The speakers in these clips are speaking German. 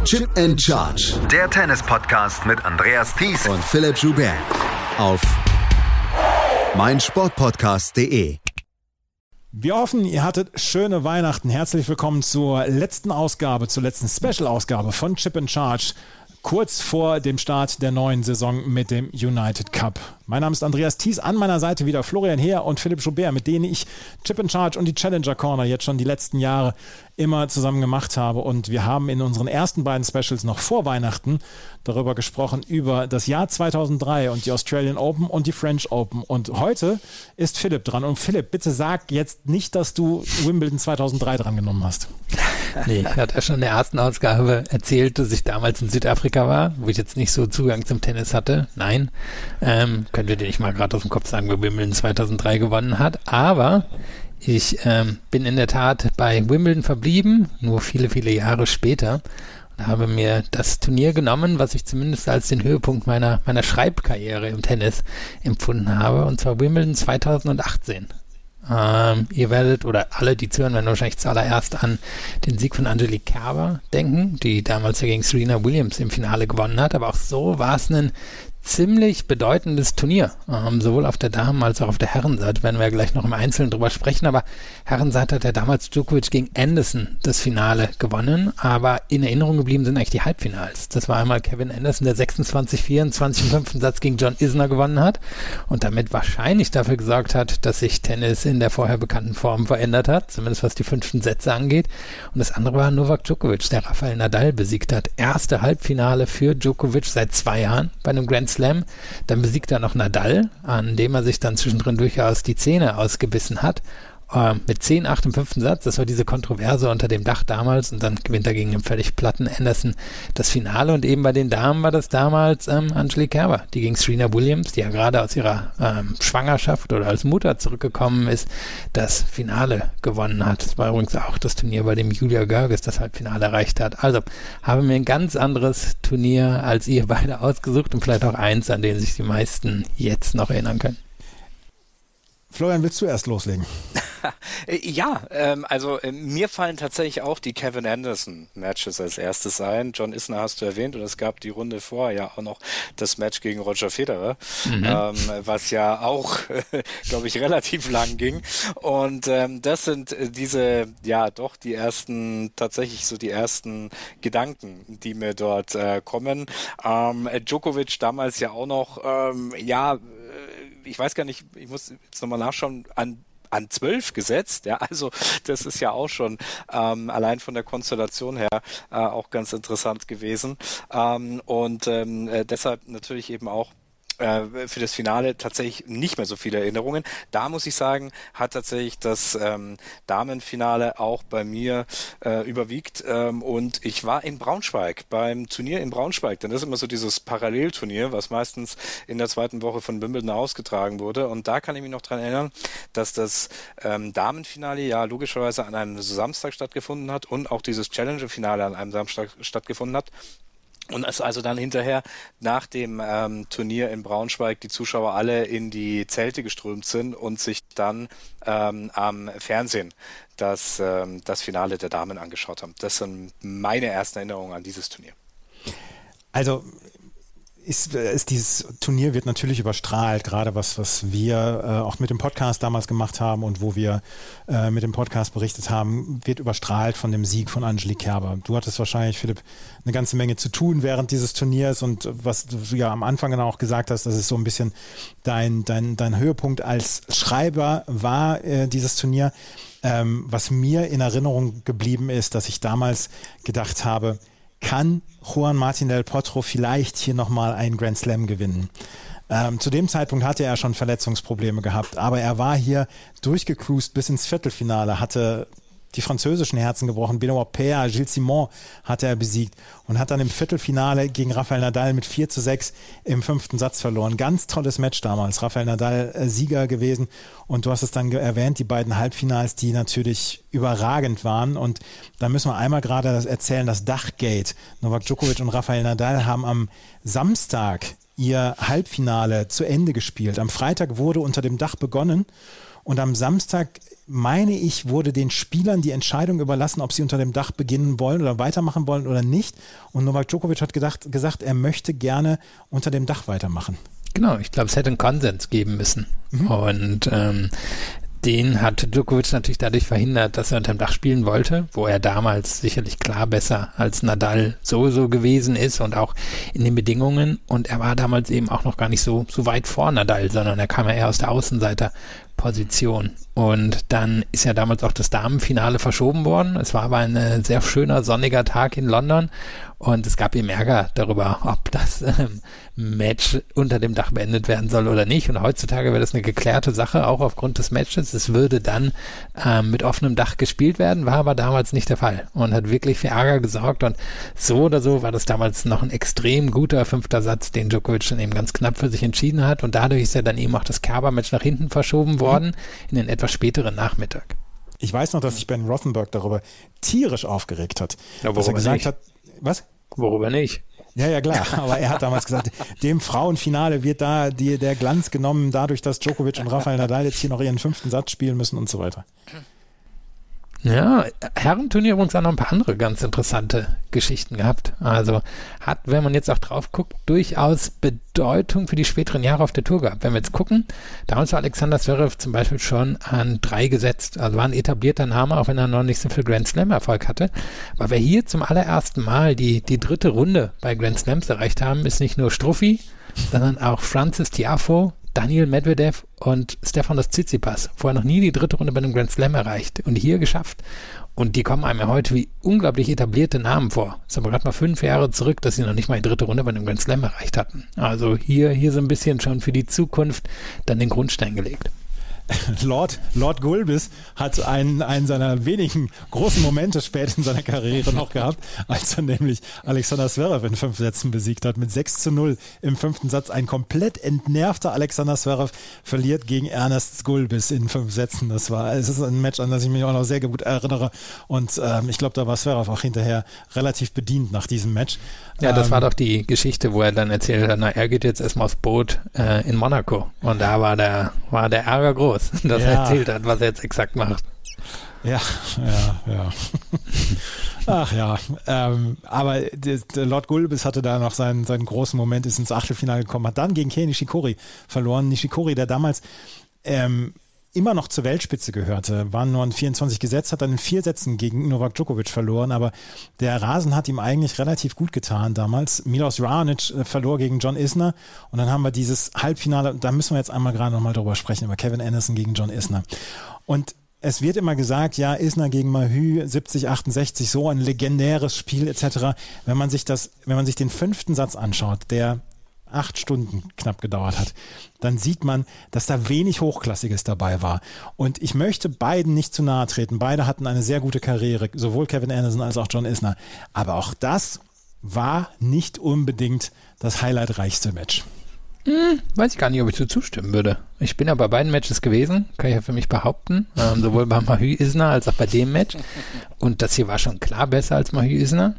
Chip and Charge. Der Tennis-Podcast mit Andreas Thies und Philipp Joubert auf meinsportpodcast.de. Wir hoffen, ihr hattet schöne Weihnachten. Herzlich willkommen zur letzten Special-Ausgabe von Chip and Charge, kurz vor dem Start der neuen Saison mit dem United Cup. Mein Name ist Andreas Thies, an meiner Seite wieder Florian Heer und Philipp Joubert, mit denen ich Chip and Charge und die Challenger Corner jetzt schon die letzten Jahre immer zusammen gemacht habe. Und wir haben in unseren ersten beiden Specials noch vor Weihnachten darüber gesprochen, über das Jahr 2003 und die Australian Open und die French Open. Und heute ist Philipp dran. Und Philipp, bitte sag jetzt nicht, dass du Wimbledon 2003 dran genommen hast. Nee, ich hatte ja schon in der ersten Ausgabe erzählt, dass ich damals in Südafrika war, wo ich jetzt nicht so Zugang zum Tennis hatte. Nein, könnt ihr dir nicht mal gerade aus dem Kopf sagen, wer Wimbledon 2003 gewonnen hat. Aber ich bin in der Tat bei Wimbledon verblieben, nur viele, viele Jahre später. Und habe mir das Turnier genommen, was ich zumindest als den Höhepunkt meiner Schreibkarriere im Tennis empfunden habe. Und zwar Wimbledon 2018. Ihr werdet, oder alle, die zuhören, werden wahrscheinlich zuallererst an den Sieg von Angelique Kerber denken, die damals ja gegen Serena Williams im Finale gewonnen hat. Aber auch so war es ein ziemlich bedeutendes Turnier, sowohl auf der Damen- als auch auf der Herrenseite, werden wir ja gleich noch im Einzelnen drüber sprechen, aber Herrenseite hat ja damals Djokovic gegen Anderson das Finale gewonnen, aber in Erinnerung geblieben sind eigentlich die Halbfinals. Das war einmal Kevin Anderson, der 26-24 im 5. Satz gegen John Isner gewonnen hat und damit wahrscheinlich dafür gesorgt hat, dass sich Tennis in der vorher bekannten Form verändert hat, zumindest was die 5. Sätze angeht. Und das andere war Novak Djokovic, der Rafael Nadal besiegt hat. Erste Halbfinale für Djokovic seit 2 Jahren bei einem Grand Slam. Dann besiegt er noch Nadal, an dem er sich dann zwischendrin durchaus die Zähne ausgebissen hat. Mit 10-8 im 5. Satz, das war diese Kontroverse unter dem Dach damals, und dann gewinnt er gegen den völlig platten Anderson das Finale. Und eben bei den Damen war das damals Angelique Kerber, die gegen Serena Williams, die ja gerade aus ihrer Schwangerschaft oder als Mutter zurückgekommen ist, das Finale gewonnen hat. Das war übrigens auch das Turnier, bei dem Julia Görges das Halbfinale erreicht hat. Also habe mir ein ganz anderes Turnier als ihr beide ausgesucht und vielleicht auch eins, an den sich die meisten jetzt noch erinnern können. Florian, willst du erst loslegen? Ja, mir fallen tatsächlich auch die Kevin Anderson-Matches als erstes ein. John Isner hast du erwähnt, und es gab die Runde vorher ja auch noch das Match gegen Roger Federer, was ja auch, glaube ich, relativ lang ging. Und das sind diese, ja doch, die ersten Gedanken, die mir dort kommen. Djokovic damals ja auch noch, ich weiß gar nicht, ich muss jetzt nochmal nachschauen, an 12 gesetzt, ja, also das ist ja auch schon allein von der Konstellation her auch ganz interessant gewesen, deshalb natürlich eben auch für das Finale tatsächlich nicht mehr so viele Erinnerungen. Da muss ich sagen, hat tatsächlich das Damenfinale auch bei mir überwiegt, und ich war in Braunschweig, beim Turnier in Braunschweig, denn das ist immer so dieses Parallelturnier, was meistens in der zweiten Woche von Wimbledon ausgetragen wurde, und da kann ich mich noch dran erinnern, dass das Damenfinale ja logischerweise an einem Samstag stattgefunden hat und auch dieses Challenger-Finale an einem Samstag stattgefunden hat. Und es also dann hinterher nach dem Turnier in Braunschweig die Zuschauer alle in die Zelte geströmt sind und sich dann am Fernsehen das Finale der Damen angeschaut haben. Das sind meine ersten Erinnerungen an dieses Turnier. Also dieses Turnier wird natürlich überstrahlt, gerade was wir auch mit dem Podcast damals gemacht haben und wo wir mit dem Podcast berichtet haben, wird überstrahlt von dem Sieg von Angelique Kerber. Du hattest wahrscheinlich, Philipp, eine ganze Menge zu tun während dieses Turniers, und was du ja am Anfang dann auch gesagt hast, das ist so ein bisschen dein Höhepunkt als Schreiber war, dieses Turnier. Was mir in Erinnerung geblieben ist, dass ich damals gedacht habe, kann Juan Martín del Potro vielleicht hier nochmal einen Grand Slam gewinnen? Zu dem Zeitpunkt hatte er schon Verletzungsprobleme gehabt, aber er war hier durchgecruised bis ins Viertelfinale, hatte die französischen Herzen gebrochen. Benoit Paire, Gilles Simon hatte er besiegt und hat dann im Viertelfinale gegen Rafael Nadal mit 4-6 im 5. Satz verloren. Ganz tolles Match damals. Rafael Nadal Sieger gewesen, und du hast es dann erwähnt, die beiden Halbfinals, die natürlich überragend waren, und da müssen wir einmal gerade das erzählen, das Dachgate. Novak Djokovic und Rafael Nadal haben am Samstag ihr Halbfinale zu Ende gespielt. Am Freitag wurde unter dem Dach begonnen, und am Samstag meine ich, wurde den Spielern die Entscheidung überlassen, ob sie unter dem Dach beginnen wollen oder weitermachen wollen oder nicht. Und Novak Djokovic hat gesagt, er möchte gerne unter dem Dach weitermachen. Genau, ich glaube, es hätte einen Konsens geben müssen. Und den hat Djokovic natürlich dadurch verhindert, dass er unter dem Dach spielen wollte, wo er damals sicherlich klar besser als Nadal sowieso gewesen ist und auch in den Bedingungen. Und er war damals eben auch noch gar nicht so weit vor Nadal, sondern er kam ja eher aus der Außenseiterposition. Und dann ist ja damals auch das Damenfinale verschoben worden. Es war aber ein sehr schöner, sonniger Tag in London. Und es gab eben Ärger darüber, ob das Match unter dem Dach beendet werden soll oder nicht. Und heutzutage wäre das eine geklärte Sache, auch aufgrund des Matches. Es würde dann mit offenem Dach gespielt werden, war aber damals nicht der Fall und hat wirklich für Ärger gesorgt. Und so oder so war das damals noch ein extrem guter 5. Satz, den Djokovic dann eben ganz knapp für sich entschieden hat. Und dadurch ist ja dann eben auch das Kerber-Match nach hinten verschoben worden in den etwas späteren Nachmittag. Ich weiß noch, dass sich Ben Rothenberg darüber tierisch aufgeregt hat. Ja, dass er gesagt hat, was? Worüber nicht? Ja, klar. Aber er hat damals gesagt, dem Frauenfinale wird da der Glanz genommen, dadurch, dass Djokovic und Rafael Nadal jetzt hier noch ihren 5. Satz spielen müssen und so weiter. Ja, Herrenturnier übrigens auch noch ein paar andere ganz interessante Geschichten gehabt. Also hat, wenn man jetzt auch drauf guckt, durchaus Bedeutung für die späteren Jahre auf der Tour gehabt. Wenn wir jetzt gucken, damals war Alexander Zverev zum Beispiel schon an 3 gesetzt. Also war ein etablierter Name, auch wenn er noch nicht so viel Grand Slam Erfolg hatte. Aber wer hier zum allerersten Mal die 3. Runde bei Grand Slams erreicht haben, ist nicht nur Struffi, sondern auch Frances Tiafoe, Daniil Medvedev und Stefanos Tsitsipas. Vorher noch nie die 3. Runde bei einem Grand Slam erreicht und hier geschafft. Und die kommen einem ja heute wie unglaublich etablierte Namen vor. Das ist aber gerade mal 5 Jahre zurück, dass sie noch nicht mal die 3. Runde bei einem Grand Slam erreicht hatten. Also hier so ein bisschen schon für die Zukunft dann den Grundstein gelegt. Lord Gulbis hat einen seiner wenigen großen Momente spät in seiner Karriere noch gehabt, als er nämlich Alexander Zverev in 5 Sätzen besiegt hat, mit 6:0 im 5. Satz. Ein komplett entnervter Alexander Zverev verliert gegen Ernest Gulbis in 5 Sätzen. Es ist ein Match, an das ich mich auch noch sehr gut erinnere. Und ich glaube, da war Zverev auch hinterher relativ bedient nach diesem Match. Ja, das war doch die Geschichte, wo er dann erzählt hat, er geht jetzt erstmal aufs Boot in Monaco. Und da war der Ärger groß, dass er erzählt hat, was er jetzt exakt macht. Ja. Ach ja, aber der Lord Gulbis hatte da noch seinen großen Moment, ist ins Achtelfinale gekommen, hat dann gegen Kei Nishikori verloren. Nishikori, der damals immer noch zur Weltspitze gehörte, waren nur an 24 gesetzt, hat dann in 4 Sätzen gegen Novak Djokovic verloren, aber der Rasen hat ihm eigentlich relativ gut getan damals. Milos Raonic verlor gegen John Isner und dann haben wir dieses Halbfinale, da müssen wir jetzt einmal gerade nochmal drüber sprechen, über Kevin Anderson gegen John Isner. Und es wird immer gesagt, ja, Isner gegen Mahü, 70-68, so ein legendäres Spiel etc. Wenn man sich den 5. Satz anschaut, der 8 Stunden knapp gedauert hat, dann sieht man, dass da wenig Hochklassiges dabei war. Und ich möchte beiden nicht zu nahe treten. Beide hatten eine sehr gute Karriere, sowohl Kevin Anderson als auch John Isner. Aber auch das war nicht unbedingt das highlightreichste Match. Weiß ich gar nicht, ob ich so zustimmen würde. Ich bin ja bei beiden Matches gewesen, kann ich ja für mich behaupten, sowohl bei Mahü Isner als auch bei dem Match. Und das hier war schon klar besser als Mahü Isner.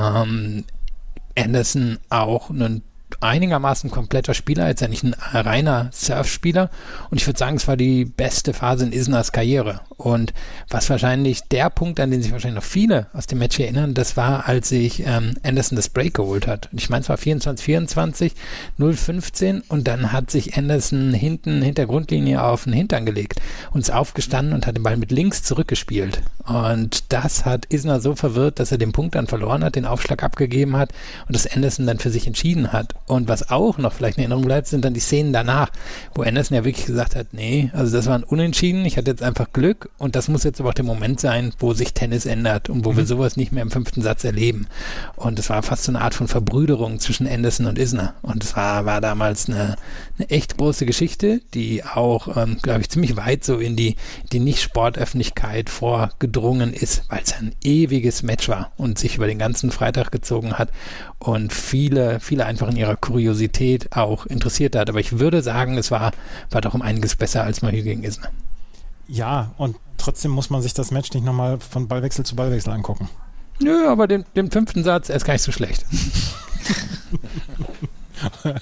Anderson auch ein einigermaßen kompletter Spieler, jetzt ja nicht ein reiner Surfspieler, und ich würde sagen, es war die beste Phase in Isners Karriere. Und was wahrscheinlich der Punkt, an den sich wahrscheinlich noch viele aus dem Match erinnern, das war, als sich Anderson das Break geholt hat. Und ich meine, es war 24-24, 0-15 und dann hat sich Anderson hinter der Grundlinie auf den Hintern gelegt und ist aufgestanden und hat den Ball mit links zurückgespielt. Und das hat Isner so verwirrt, dass er den Punkt dann verloren hat, den Aufschlag abgegeben hat und das Anderson dann für sich entschieden hat. Und was auch noch vielleicht in Erinnerung bleibt, sind dann die Szenen danach, wo Anderson ja wirklich gesagt hat, nee, also das war ein Unentschieden, ich hatte jetzt einfach Glück und das muss jetzt aber auch der Moment sein, wo sich Tennis ändert und wo wir sowas nicht mehr im 5. Satz erleben. Und es war fast so eine Art von Verbrüderung zwischen Anderson und Isner. Und es war damals eine echt große Geschichte, die auch, glaube ich, ziemlich weit so in die Nicht-Sportöffentlichkeit vorgedrungen ist, weil es ein ewiges Match war und sich über den ganzen Freitag gezogen hat und viele einfach in ihrer Kuriosität auch interessiert hat. Aber ich würde sagen, es war doch um einiges besser als Mahü gegen Isner. Ja, und trotzdem muss man sich das Match nicht nochmal von Ballwechsel zu Ballwechsel angucken. Nö, aber den 5. Satz, er ist gar nicht so schlecht.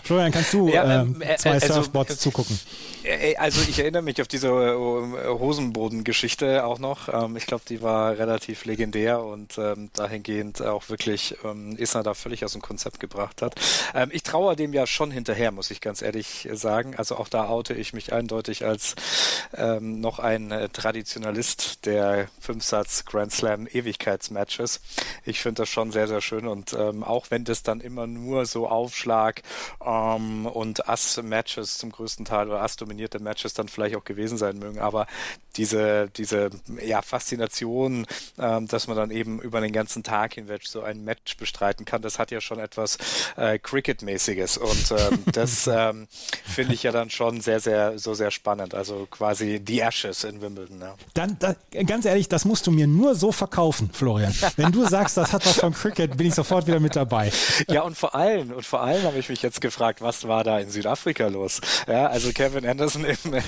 Florian, kannst du zwei Surfboards zugucken? Also ich erinnere mich auf diese Hosenboden-Geschichte auch noch. Ich glaube, die war relativ legendär und dahingehend auch wirklich Isner da völlig aus dem Konzept gebracht hat. Ich traue dem ja schon hinterher, muss ich ganz ehrlich sagen. Also auch da oute ich mich eindeutig als noch ein Traditionalist der 5-Satz Grand Slam Ewigkeitsmatches. Ich finde das schon sehr, sehr schön und auch wenn das dann immer nur so Aufschlag und Ass-Matches zum größten Teil oder Ass-dominierte Matches dann vielleicht auch gewesen sein mögen, aber diese Faszination, dass man dann eben über den ganzen Tag hinweg so ein Match bestreiten kann, das hat ja schon etwas Cricket-mäßiges und das finde ich ja dann schon sehr, sehr, so sehr spannend, also quasi die Ashes in Wimbledon. Ja. Dann, ganz ehrlich, das musst du mir nur so verkaufen, Florian. Wenn du sagst, das hat was vom Cricket, bin ich sofort wieder mit dabei. Ja, und vor allem habe ich mich jetzt gefragt, was war da in Südafrika los? Ja, also Kevin Anderson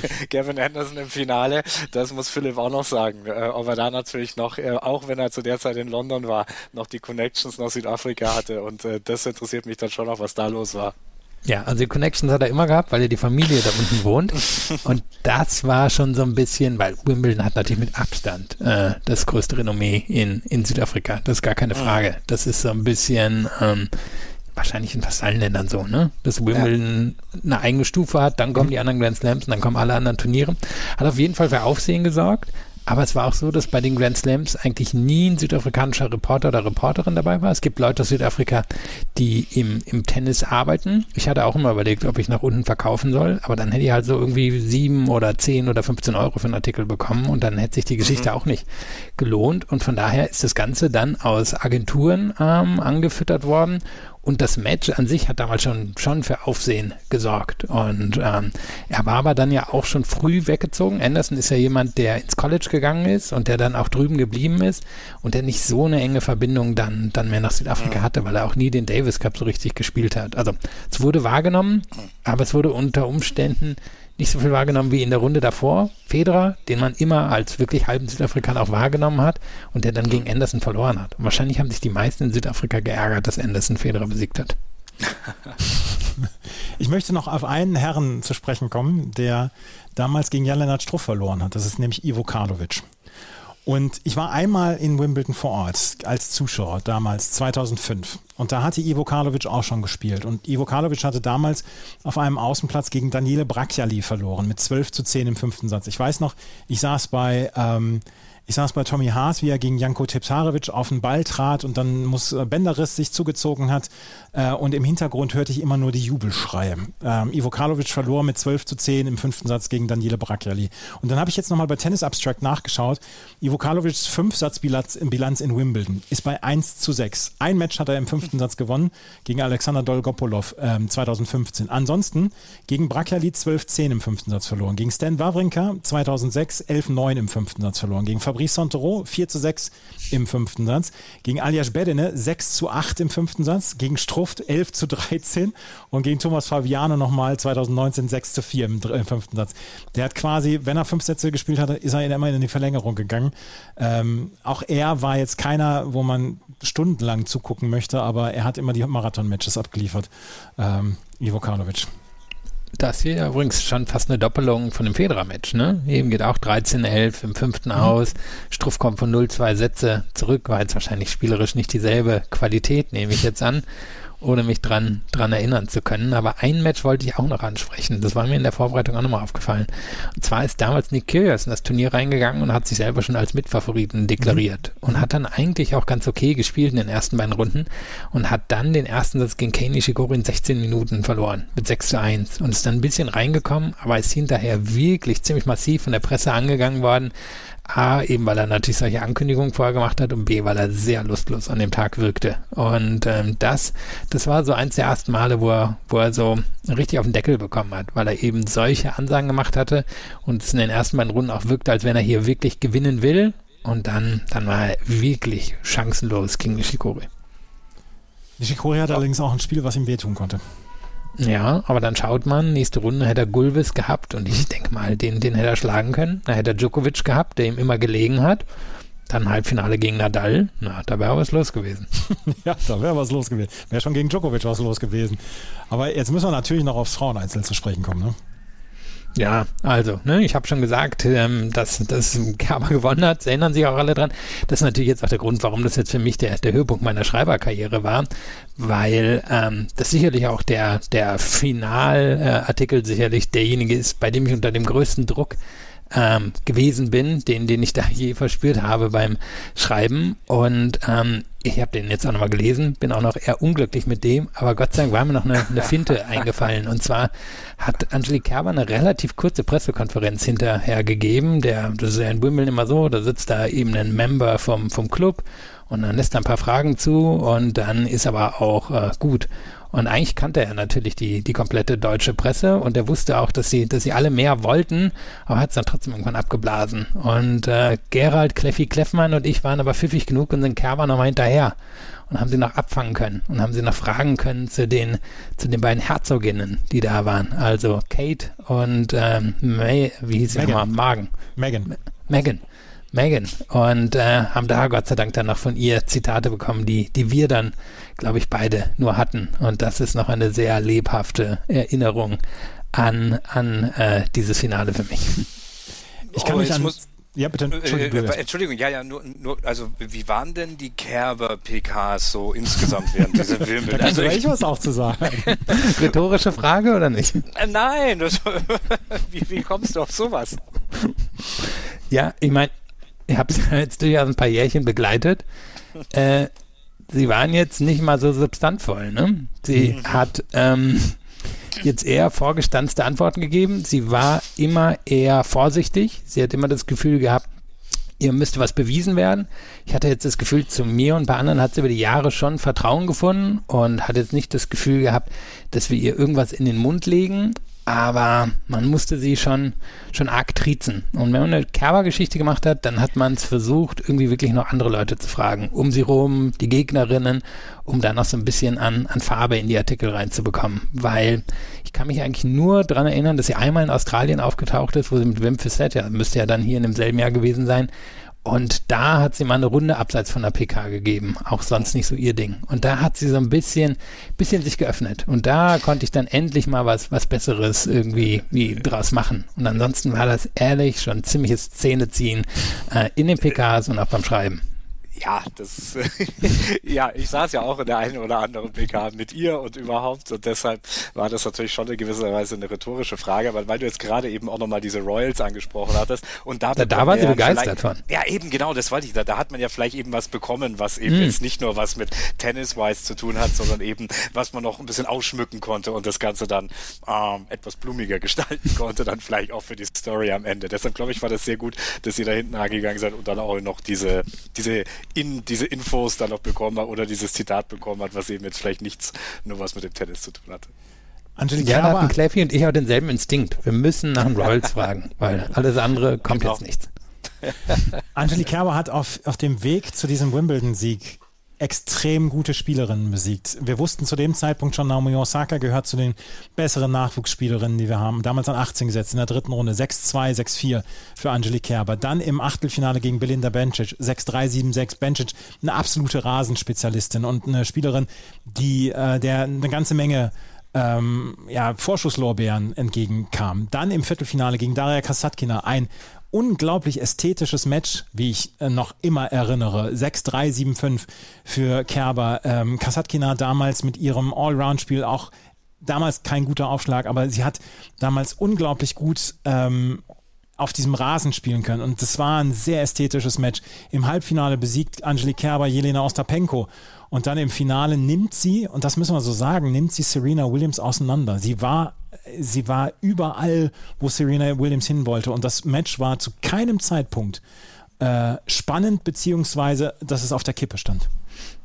im Finale, das muss Philipp auch noch sagen. Ob er da natürlich noch, auch wenn er zu der Zeit in London war, noch die Connections nach Südafrika hatte und das interessiert mich dann schon noch, was da los war. Ja, also die Connections hat er immer gehabt, weil er die Familie da unten wohnt. Und das war schon so ein bisschen, weil Wimbledon hat natürlich mit Abstand das größte Renommee in Südafrika. Das ist gar keine Frage. Das ist so ein bisschen wahrscheinlich in fast allen Ländern so, ne? Dass Wimbledon eine eigene Stufe hat, dann kommen die anderen Grand Slams und dann kommen alle anderen Turniere. Hat auf jeden Fall für Aufsehen gesorgt. Aber es war auch so, dass bei den Grand Slams eigentlich nie ein südafrikanischer Reporter oder Reporterin dabei war. Es gibt Leute aus Südafrika, die im Tennis arbeiten. Ich hatte auch immer überlegt, ob ich nach unten verkaufen soll, aber dann hätte ich halt so irgendwie 7 oder 10 oder 15 Euro für einen Artikel bekommen und dann hätte sich die Geschichte auch nicht gelohnt. Und von daher ist das Ganze dann aus Agenturen angefüttert worden. Und das Match an sich hat damals schon für Aufsehen gesorgt. Und er war aber dann ja auch schon früh weggezogen. Anderson ist ja jemand, der ins College gegangen ist und der dann auch drüben geblieben ist und der nicht so eine enge Verbindung dann mehr nach Südafrika hatte, weil er auch nie den Davis Cup so richtig gespielt hat. Also es wurde wahrgenommen, aber es wurde unter Umständen nicht so viel wahrgenommen wie in der Runde davor. Federer, den man immer als wirklich halben Südafrikaner auch wahrgenommen hat und der dann gegen Anderson verloren hat. Und wahrscheinlich haben sich die meisten in Südafrika geärgert, dass Anderson Federer besiegt hat. Ich möchte noch auf einen Herrn zu sprechen kommen, der damals gegen Jan-Lennart Struff verloren hat. Das ist nämlich Ivo Karlovic. Und ich war einmal in Wimbledon vor Ort als Zuschauer, damals 2005. Und da hatte Ivo Karlovic auch schon gespielt. Und Ivo Karlovic hatte damals auf einem Außenplatz gegen Daniele Bracchiali verloren mit 12:10 im 5. Satz. Ich weiß noch, ich saß bei Tommy Haas, wie er gegen Janko Tipsarevic auf den Ball trat und dann Benderis sich zugezogen hat und im Hintergrund hörte ich immer nur die Jubelschreie. Ivo Karlovic verlor mit 12:10 im 5. Satz gegen Daniele Bracchiali. Und dann habe ich jetzt nochmal bei Tennis Abstract nachgeschaut. Ivo Karlovics 5-Satz-Bilanz in Wimbledon ist bei 1:6. Ein Match hat er im 5. Satz gewonnen gegen Alexander Dolgopolov 2015. Ansonsten gegen Bracchiali 12:10 im 5. Satz verloren. Gegen Stan Wawrinka 2006 11:9 im 5. Satz verloren. Gegen Fabrice Santoro 4:6 im 5. Satz. Gegen Aljaž Bedene 6:8 im 5. Satz. Gegen Struff 11:13 und gegen Thomas Fabiano nochmal 2019 6:4 im 5. Satz. Der hat quasi, wenn er 5 Sätze gespielt hatte, ist er immer in die Verlängerung gegangen. Auch er war jetzt keiner, wo man stundenlang zugucken möchte, aber er hat immer die Marathon-Matches abgeliefert. Ivo Karlovic. Das hier übrigens schon fast eine Doppelung von dem Federer-Match, ne? Eben geht auch 13:11 im 5. aus. Struff kommt von 0-2 Sätze zurück, war jetzt wahrscheinlich spielerisch nicht dieselbe Qualität, nehme ich jetzt an, ohne mich dran erinnern zu können. Aber ein Match wollte ich auch noch ansprechen. Das war mir in der Vorbereitung auch nochmal aufgefallen. Und zwar ist damals Nick Kyrgios in das Turnier reingegangen und hat sich selber schon als Mitfavoriten deklariert und hat dann eigentlich auch ganz okay gespielt in den ersten beiden Runden und hat dann den ersten Satz gegen Kei Nishikori in 16 Minuten verloren mit 6:1 und ist dann ein bisschen reingekommen, aber ist hinterher wirklich ziemlich massiv von der Presse angegangen worden. A, eben weil er natürlich solche Ankündigungen vorher gemacht hat und B, weil er sehr lustlos an dem Tag wirkte. Und das war so eins der ersten Male, wo er so richtig auf den Deckel bekommen hat, weil er eben solche Ansagen gemacht hatte und es in den ersten beiden Runden auch wirkte, als wenn er hier wirklich gewinnen will. Und dann war er wirklich chancenlos gegen Nishikori. Nishikori hat allerdings auch ein Spiel, was ihm wehtun konnte. Ja, aber dann schaut man, nächste Runde hätte er Gulbis gehabt und ich denke mal, den hätte er schlagen können. Da hätte er Djokovic gehabt, der ihm immer gelegen hat. Dann Halbfinale gegen Nadal, na, da wäre was los gewesen. Ja, da wäre was los gewesen. Wäre schon gegen Djokovic was los gewesen. Aber jetzt müssen wir natürlich noch aufs Fraueneinzel zu sprechen kommen, ne? Ja, also, ne, ich habe schon gesagt, dass Kerber gewonnen hat, das erinnern sich auch alle dran. Das ist natürlich jetzt auch der Grund, warum das jetzt für mich der Höhepunkt meiner Schreiberkarriere war, weil das sicherlich auch der Finalartikel sicherlich derjenige ist, bei dem ich unter dem größten Druck gewesen bin, den ich da je verspürt habe beim Schreiben. Und ich habe den jetzt auch nochmal gelesen, bin auch noch eher unglücklich mit dem, aber Gott sei Dank war mir noch eine Finte eingefallen. Und zwar hat Angelique Kerber eine relativ kurze Pressekonferenz hinterher gegeben. Das ist ja in Wimbledon immer so, da sitzt da eben ein Member vom Club und dann lässt er ein paar Fragen zu und dann ist aber auch gut. Und eigentlich kannte er natürlich die komplette deutsche Presse und er wusste auch, dass sie alle mehr wollten, aber hat es dann trotzdem irgendwann abgeblasen. Und Gerald, Kleffi Kleffmann und ich waren aber pfiffig genug und sind Kerber nochmal hinterher und haben sie noch abfangen können und haben sie noch fragen können zu den beiden Herzoginnen, die da waren. Also Kate und wie hieß sie nochmal? Megan. Und haben da Gott sei Dank dann noch von ihr Zitate bekommen, die wir dann, glaube ich, beide nur hatten. Und das ist noch eine sehr lebhafte Erinnerung an dieses Finale für mich. Ich kann mich an... Ja, bitte. Entschuldigung, nur, also wie waren denn die Kerber-PKs so insgesamt während dieser Wimbledon? Da kannst du gleich was auch zu sagen. Rhetorische Frage oder nicht? Nein, wie kommst du auf sowas? Ja, ich meine, ich habe sie jetzt durchaus ein paar Jährchen begleitet. Sie waren jetzt nicht mal so substanzvoll, ne? Sie hat jetzt eher vorgestanzte Antworten gegeben. Sie war immer eher vorsichtig. Sie hat immer das Gefühl gehabt, ihr müsste was bewiesen werden. Ich hatte jetzt das Gefühl, zu mir und bei anderen hat sie über die Jahre schon Vertrauen gefunden und hat jetzt nicht das Gefühl gehabt, dass wir ihr irgendwas in den Mund legen. Aber man musste sie schon arg triezen. Und wenn man eine Kerber-Geschichte gemacht hat, dann hat man es versucht, irgendwie wirklich noch andere Leute zu fragen. Um sie rum, die Gegnerinnen, um da noch so ein bisschen an Farbe in die Artikel reinzubekommen. Weil ich kann mich eigentlich nur daran erinnern, dass sie einmal in Australien aufgetaucht ist, wo sie mit Wim Fissette, müsste ja dann hier in demselben Jahr gewesen sein, und da hat sie mal eine Runde abseits von der PK gegeben. Auch sonst nicht so ihr Ding. Und da hat sie so ein bisschen sich geöffnet. Und da konnte ich dann endlich mal was Besseres irgendwie draus machen. Und ansonsten war das ehrlich schon ziemliches Zähneziehen in den PKs und auch beim Schreiben. Ja, ich saß ja auch in der einen oder anderen PK mit ihr und überhaupt und deshalb war das natürlich schon in gewisser Weise eine rhetorische Frage, aber weil du jetzt gerade eben auch nochmal diese Royals angesprochen hattest und da war sie begeistert von. Ja, eben genau, das wollte ich, da hat man ja vielleicht eben was bekommen, was eben jetzt nicht nur was mit Tennis-wise zu tun hat, sondern eben, was man noch ein bisschen ausschmücken konnte und das Ganze dann etwas blumiger gestalten konnte, dann vielleicht auch für die Story am Ende. Deshalb glaube ich, war das sehr gut, dass sie da hinten angegangen sind und dann auch noch diese Infos dann noch bekommen hat oder dieses Zitat bekommen hat, was eben jetzt vielleicht nichts nur was mit dem Tennis zu tun hatte. Angelique Kerber Kerber hatten Kleffi und ich auch denselben Instinkt. Wir müssen nach den Royals fragen, weil alles andere kommt jetzt nichts. Angelique Kerber hat auf dem Weg zu diesem Wimbledon-Sieg extrem gute Spielerinnen besiegt. Wir wussten zu dem Zeitpunkt schon, Naomi Osaka gehört zu den besseren Nachwuchsspielerinnen, die wir haben. Damals an 18 gesetzt, in der dritten Runde 6-2, 6-4 für Angelique Kerber. Dann im Achtelfinale gegen Belinda Bencic, 6-3, 7-6. Bencic, eine absolute Rasenspezialistin und eine Spielerin, die der eine ganze Menge Vorschusslorbeeren entgegenkam. Dann im Viertelfinale gegen Daria Kasatkina ein unglaublich ästhetisches Match, wie ich noch immer erinnere. 6-3, 7-5 für Kerber. Kasatkina damals mit ihrem Allround-Spiel auch damals kein guter Aufschlag, aber sie hat damals unglaublich gut auf diesem Rasen spielen können und das war ein sehr ästhetisches Match. Im Halbfinale besiegt Angelique Kerber Jelena Ostapenko und dann im Finale nimmt sie, und das müssen wir so sagen, nimmt sie Serena Williams auseinander. Sie war überall, wo Serena Williams hin wollte und das Match war zu keinem Zeitpunkt spannend, beziehungsweise, dass es auf der Kippe stand.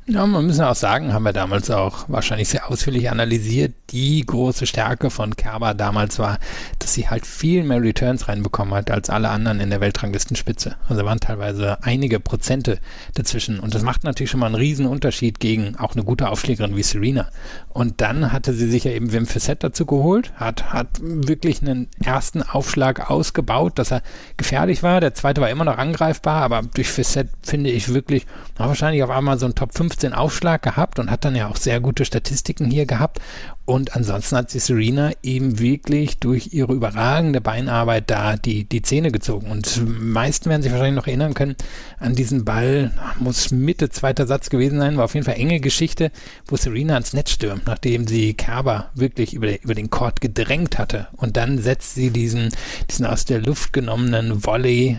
Ja, man muss ja auch sagen, haben wir damals auch wahrscheinlich sehr ausführlich analysiert, die große Stärke von Kerber damals war, dass sie halt viel mehr Returns reinbekommen hat als alle anderen in der Weltranglistenspitze. Also waren teilweise einige Prozente dazwischen und das macht natürlich schon mal einen riesen Unterschied gegen auch eine gute Aufschlägerin wie Serena. Und dann hatte sie sich ja eben Wim Fissette dazu geholt, hat wirklich einen ersten Aufschlag ausgebaut, dass er gefährlich war. Der zweite war immer noch angreifbar, aber durch Fissette finde ich wirklich wahrscheinlich auf einmal so ein Top 15 Aufschlag gehabt und hat dann ja auch sehr gute Statistiken hier gehabt. Und ansonsten hat sich Serena eben wirklich durch ihre überragende Beinarbeit da die Zähne gezogen. Und die meisten werden sich wahrscheinlich noch erinnern können an diesen Ball, muss Mitte zweiter Satz gewesen sein, war auf jeden Fall enge Geschichte, wo Serena ans Netz stürmt, nachdem sie Kerber wirklich über den Court gedrängt hatte. Und dann setzt sie diesen aus der Luft genommenen Volley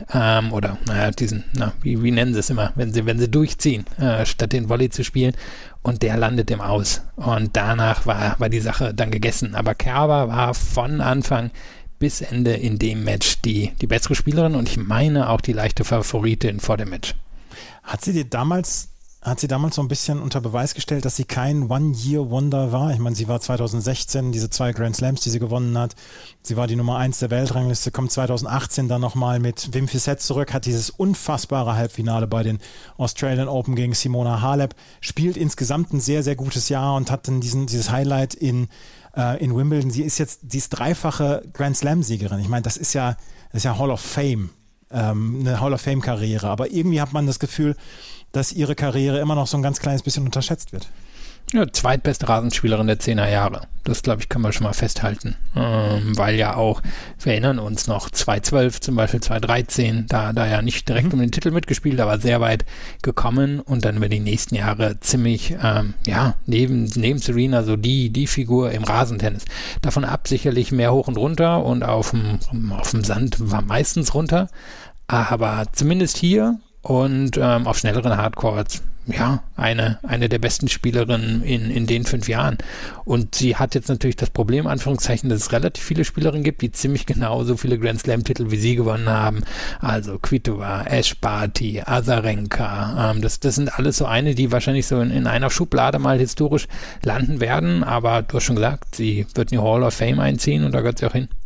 wie nennen sie es immer, wenn sie durchziehen, statt den Volley zu spielen. Und der landet im Aus. Und danach war die Sache dann gegessen. Aber Kerber war von Anfang bis Ende in dem Match die bessere Spielerin und ich meine auch die leichte Favoritin vor dem Match. Hat sie damals so ein bisschen unter Beweis gestellt, dass sie kein One-Year-Wonder war? Ich meine, sie war 2016, diese 2 Grand Slams, die sie gewonnen hat. Sie war die Nummer 1 der Weltrangliste, kommt 2018 dann nochmal mit Wim Fissette zurück, hat dieses unfassbare Halbfinale bei den Australian Open gegen Simona Halep, spielt insgesamt ein sehr, sehr gutes Jahr und hat dann dieses Highlight in Wimbledon. Sie ist dreifache Grand Slam-Siegerin. Ich meine, das ist ja Hall of Fame, eine Hall of Fame-Karriere. Aber irgendwie hat man das Gefühl, dass ihre Karriere immer noch so ein ganz kleines bisschen unterschätzt wird. Ja, zweitbeste Rasenspielerin der 10er Jahre. Das, glaube ich, können wir schon mal festhalten. Weil ja auch, wir erinnern uns noch, 2012 zum Beispiel, 2013, da ja nicht direkt um den Titel mitgespielt, aber sehr weit gekommen und dann über die nächsten Jahre ziemlich, neben Serena so die Figur im Rasentennis. Davon ab sicherlich mehr hoch und runter und auf dem Sand war meistens runter, aber zumindest hier und auf schnelleren Hardcourts, ja, eine der besten Spielerinnen in den 5 Jahren. Und sie hat jetzt natürlich das Problem, Anführungszeichen, dass es relativ viele Spielerinnen gibt, die ziemlich genau so viele Grand Slam-Titel wie sie gewonnen haben. Also Kvitova, Ash Barty, Azarenka. Das sind alles so eine, die wahrscheinlich so in einer Schublade mal historisch landen werden. Aber du hast schon gesagt, sie wird in die Hall of Fame einziehen und da gehört sie auch hin.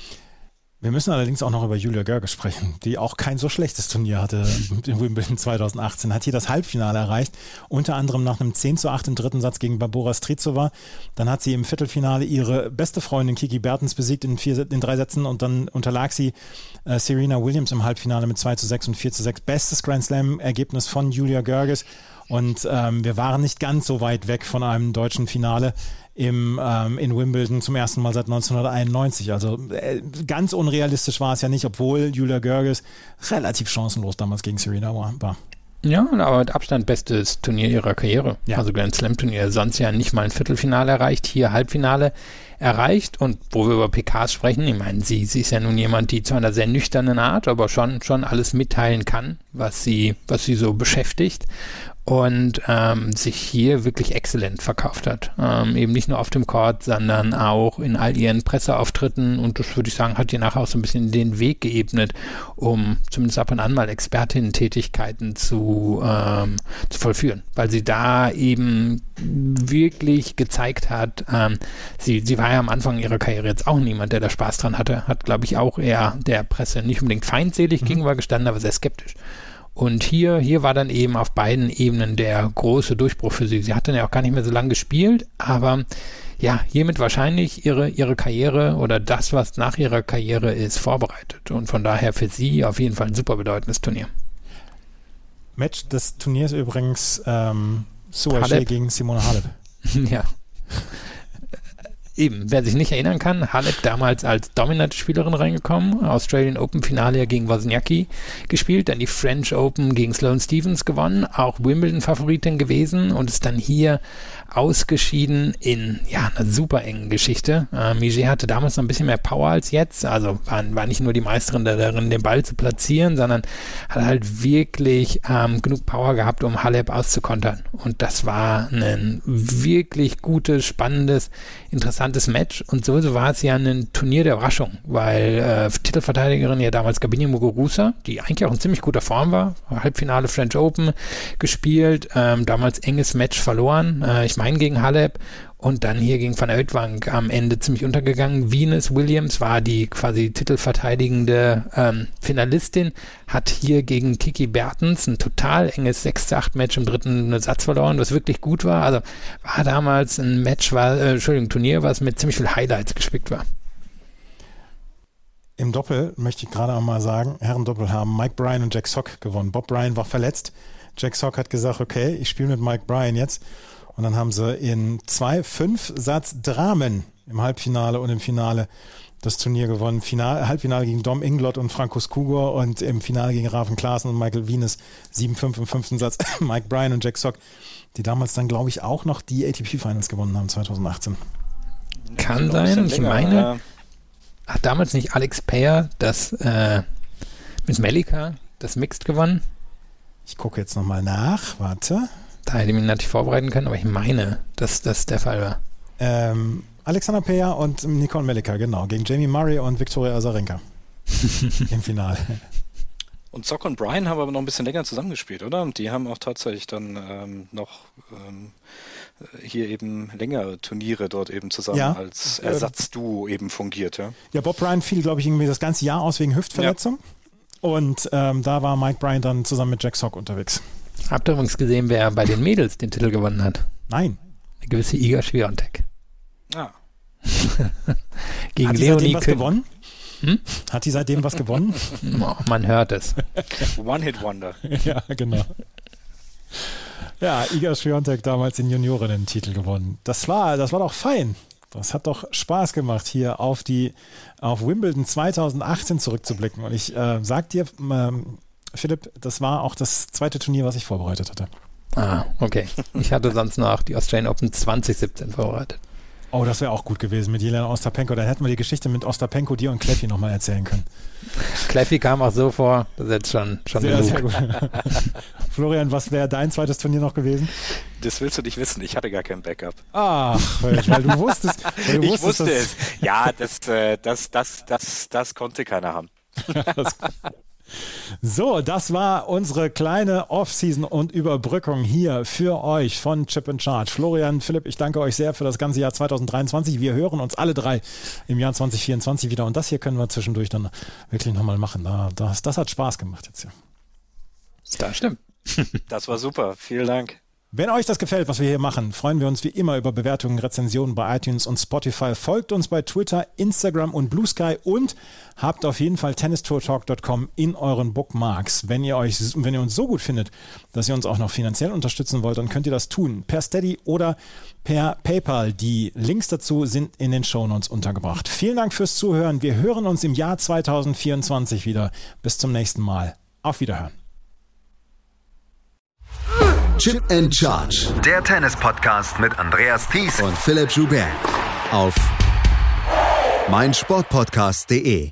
Wir müssen allerdings auch noch über Julia Görges sprechen, die auch kein so schlechtes Turnier hatte in Wimbledon 2018. Hat hier das Halbfinale erreicht, unter anderem nach einem 10:8 im dritten Satz gegen Barbora Strycova. Dann hat sie im Viertelfinale ihre beste Freundin Kiki Bertens besiegt in 3 Sätzen und dann unterlag sie Serena Williams im Halbfinale mit 2:6 und 4:6. Bestes Grand Slam-Ergebnis von Julia Görges und wir waren nicht ganz so weit weg von einem deutschen Finale in Wimbledon zum ersten Mal seit 1991. Also ganz unrealistisch war es ja nicht, obwohl Julia Görges relativ chancenlos damals gegen Serena war. Ja, aber mit Abstand bestes Turnier ihrer Karriere. Ja. Also Grand Slam Turnier, sonst ja nicht mal ein Viertelfinale erreicht, hier Halbfinale erreicht. Und wo wir über PKs sprechen, ich meine, sie ist ja nun jemand, die zu einer sehr nüchternen Art, aber schon alles mitteilen kann, was sie so beschäftigt. Und sich hier wirklich exzellent verkauft hat. Eben nicht nur auf dem Court, sondern auch in all ihren Presseauftritten und das würde ich sagen, hat ihr nachher auch so ein bisschen den Weg geebnet, um zumindest ab und an mal Expertinnen-Tätigkeiten zu vollführen, weil sie da eben wirklich gezeigt hat, sie war ja am Anfang ihrer Karriere jetzt auch niemand, der da Spaß dran hatte, hat glaube ich auch eher der Presse nicht unbedingt feindselig gegenüber gestanden, aber sehr skeptisch. Und hier war dann eben auf beiden Ebenen der große Durchbruch für sie. Sie hat dann ja auch gar nicht mehr so lange gespielt, aber ja, hiermit wahrscheinlich ihre Karriere oder das, was nach ihrer Karriere ist, vorbereitet. Und von daher für sie auf jeden Fall ein super bedeutendes Turnier. Match des Turniers übrigens Sue O'Shea gegen Simona Halep. Ja. Eben, wer sich nicht erinnern kann, Halep damals als dominante Spielerin reingekommen, Australian Open Finale ja gegen Wozniacki gespielt, dann die French Open gegen Sloane Stephens gewonnen, auch Wimbledon-Favoritin gewesen und ist dann hier ausgeschieden in einer super engen Geschichte. Miget hatte damals noch ein bisschen mehr Power als jetzt, also war nicht nur die Meisterin darin, den Ball zu platzieren, sondern hat halt wirklich genug Power gehabt, um Halep auszukontern. Und das war ein wirklich gutes, spannendes, interessantes interessantes Match und so war es ja ein Turnier der Überraschung, weil Titelverteidigerin ja damals Gabini Muguruza, die eigentlich auch in ziemlich guter Form war, Halbfinale French Open gespielt, damals enges Match verloren, ich meine gegen Halep und dann hier gegen Van Uytvanck am Ende ziemlich untergegangen. Venus Williams war die quasi titelverteidigende Finalistin, hat hier gegen Kiki Bertens ein total enges 6-8-Match im dritten Satz verloren, was wirklich gut war. Also war damals ein Turnier, was mit ziemlich viel Highlights gespickt war. Im Doppel möchte ich gerade auch mal sagen, Herrendoppel haben Mike Bryan und Jack Sock gewonnen. Bob Bryan war verletzt. Jack Sock hat gesagt, okay, ich spiele mit Mike Bryan jetzt. Und dann haben sie in 2 5-Satz-Dramen im Halbfinale und im Finale das Turnier gewonnen. Halbfinale gegen Dom Inglot und Frankus Kugor und im Finale gegen Raven Klaassen und Michael Venus 7-5 im 5. Satz. Mike Bryan und Jack Sock, die damals dann, glaube ich, auch noch die ATP-Finals gewonnen haben 2018. Kann sein. Ich meine, hat damals nicht Alex Payer das mit Melika das Mixed gewonnen? Ich gucke jetzt nochmal nach. Warte. Da hätte ich mich natürlich vorbereiten können, aber ich meine, dass das der Fall war. Alexander Payer und Nicole Melika, genau, gegen Jamie Murray und Viktoria Azarenka im Finale. Und Sock und Bryan haben aber noch ein bisschen länger zusammengespielt, oder? Und die haben auch tatsächlich dann noch hier eben längere Turniere dort eben zusammen als Ersatzduo eben fungiert, ja? Ja, Bob Bryan fiel, glaube ich, irgendwie das ganze Jahr aus wegen Hüftverletzung. Ja. Und da war Mike Bryan dann zusammen mit Jack Sock unterwegs. Habt ihr übrigens gesehen, wer bei den Mädels den Titel gewonnen hat? Nein. Eine gewisse Iga Swiatek. Ah. Gegen hat die Leonie seitdem was gewonnen? Hat die seitdem was gewonnen? Oh, man hört es. One-Hit-Wonder. Ja, genau. Ja, Iga Swiatek damals den Juniorinnen-Titel gewonnen. Das war doch fein. Das hat doch Spaß gemacht, hier auf Wimbledon 2018 zurückzublicken. Und ich sag dir, Philipp, das war auch das zweite Turnier, was ich vorbereitet hatte. Ah, okay. Ich hatte sonst noch die Australian Open 2017 vorbereitet. Oh, das wäre auch gut gewesen mit Jelena Ostapenko. Dann hätten wir die Geschichte mit Ostapenko, dir und Kleffi nochmal erzählen können. Kleffi kam auch so vor, das ist jetzt schon sehr gut. Florian, was wäre dein zweites Turnier noch gewesen? Das willst du nicht wissen, ich hatte gar kein Backup. Ach, weil du wusstest. Ich wusste es. Ja, das konnte keiner haben. So, das war unsere kleine Off-Season und Überbrückung hier für euch von Chip and Charge. Florian, Philipp, ich danke euch sehr für das ganze Jahr 2023. Wir hören uns alle drei im Jahr 2024 wieder und das hier können wir zwischendurch dann wirklich nochmal machen. Das hat Spaß gemacht jetzt hier. Das stimmt. Das war super. Vielen Dank. Wenn euch das gefällt, was wir hier machen, freuen wir uns wie immer über Bewertungen, Rezensionen bei iTunes und Spotify. Folgt uns bei Twitter, Instagram und Blue Sky und habt auf jeden Fall tennistourtalk.com in euren Bookmarks. Wenn ihr uns so gut findet, dass ihr uns auch noch finanziell unterstützen wollt, dann könnt ihr das tun. Per Steady oder per PayPal. Die Links dazu sind in den Shownotes untergebracht. Vielen Dank fürs Zuhören. Wir hören uns im Jahr 2024 wieder. Bis zum nächsten Mal. Auf Wiederhören. Chip and Charge. Der Tennis-Podcast mit Andreas Thies und Philipp Joubert. Auf meinsportpodcast.de.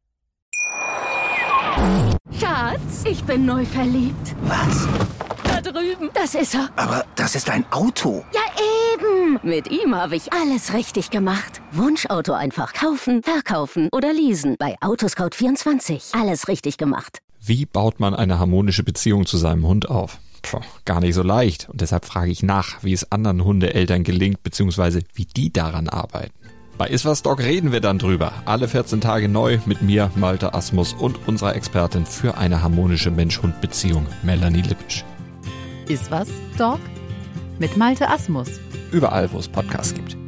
Schatz, ich bin neu verliebt. Was? Da drüben. Das ist er. Aber das ist ein Auto. Ja, eben. Mit ihm habe ich alles richtig gemacht. Wunschauto einfach kaufen, verkaufen oder leasen. Bei Autoscout24. Alles richtig gemacht. Wie baut man eine harmonische Beziehung zu seinem Hund auf? Gar nicht so leicht. Und deshalb frage ich nach, wie es anderen Hundeeltern gelingt, beziehungsweise wie die daran arbeiten. Bei Iswas Dog reden wir dann drüber. Alle 14 Tage neu mit mir, Malte Asmus und unserer Expertin für eine harmonische Mensch-Hund-Beziehung, Melanie Lippisch. Iswas Dog mit Malte Asmus. Überall, wo es Podcasts gibt.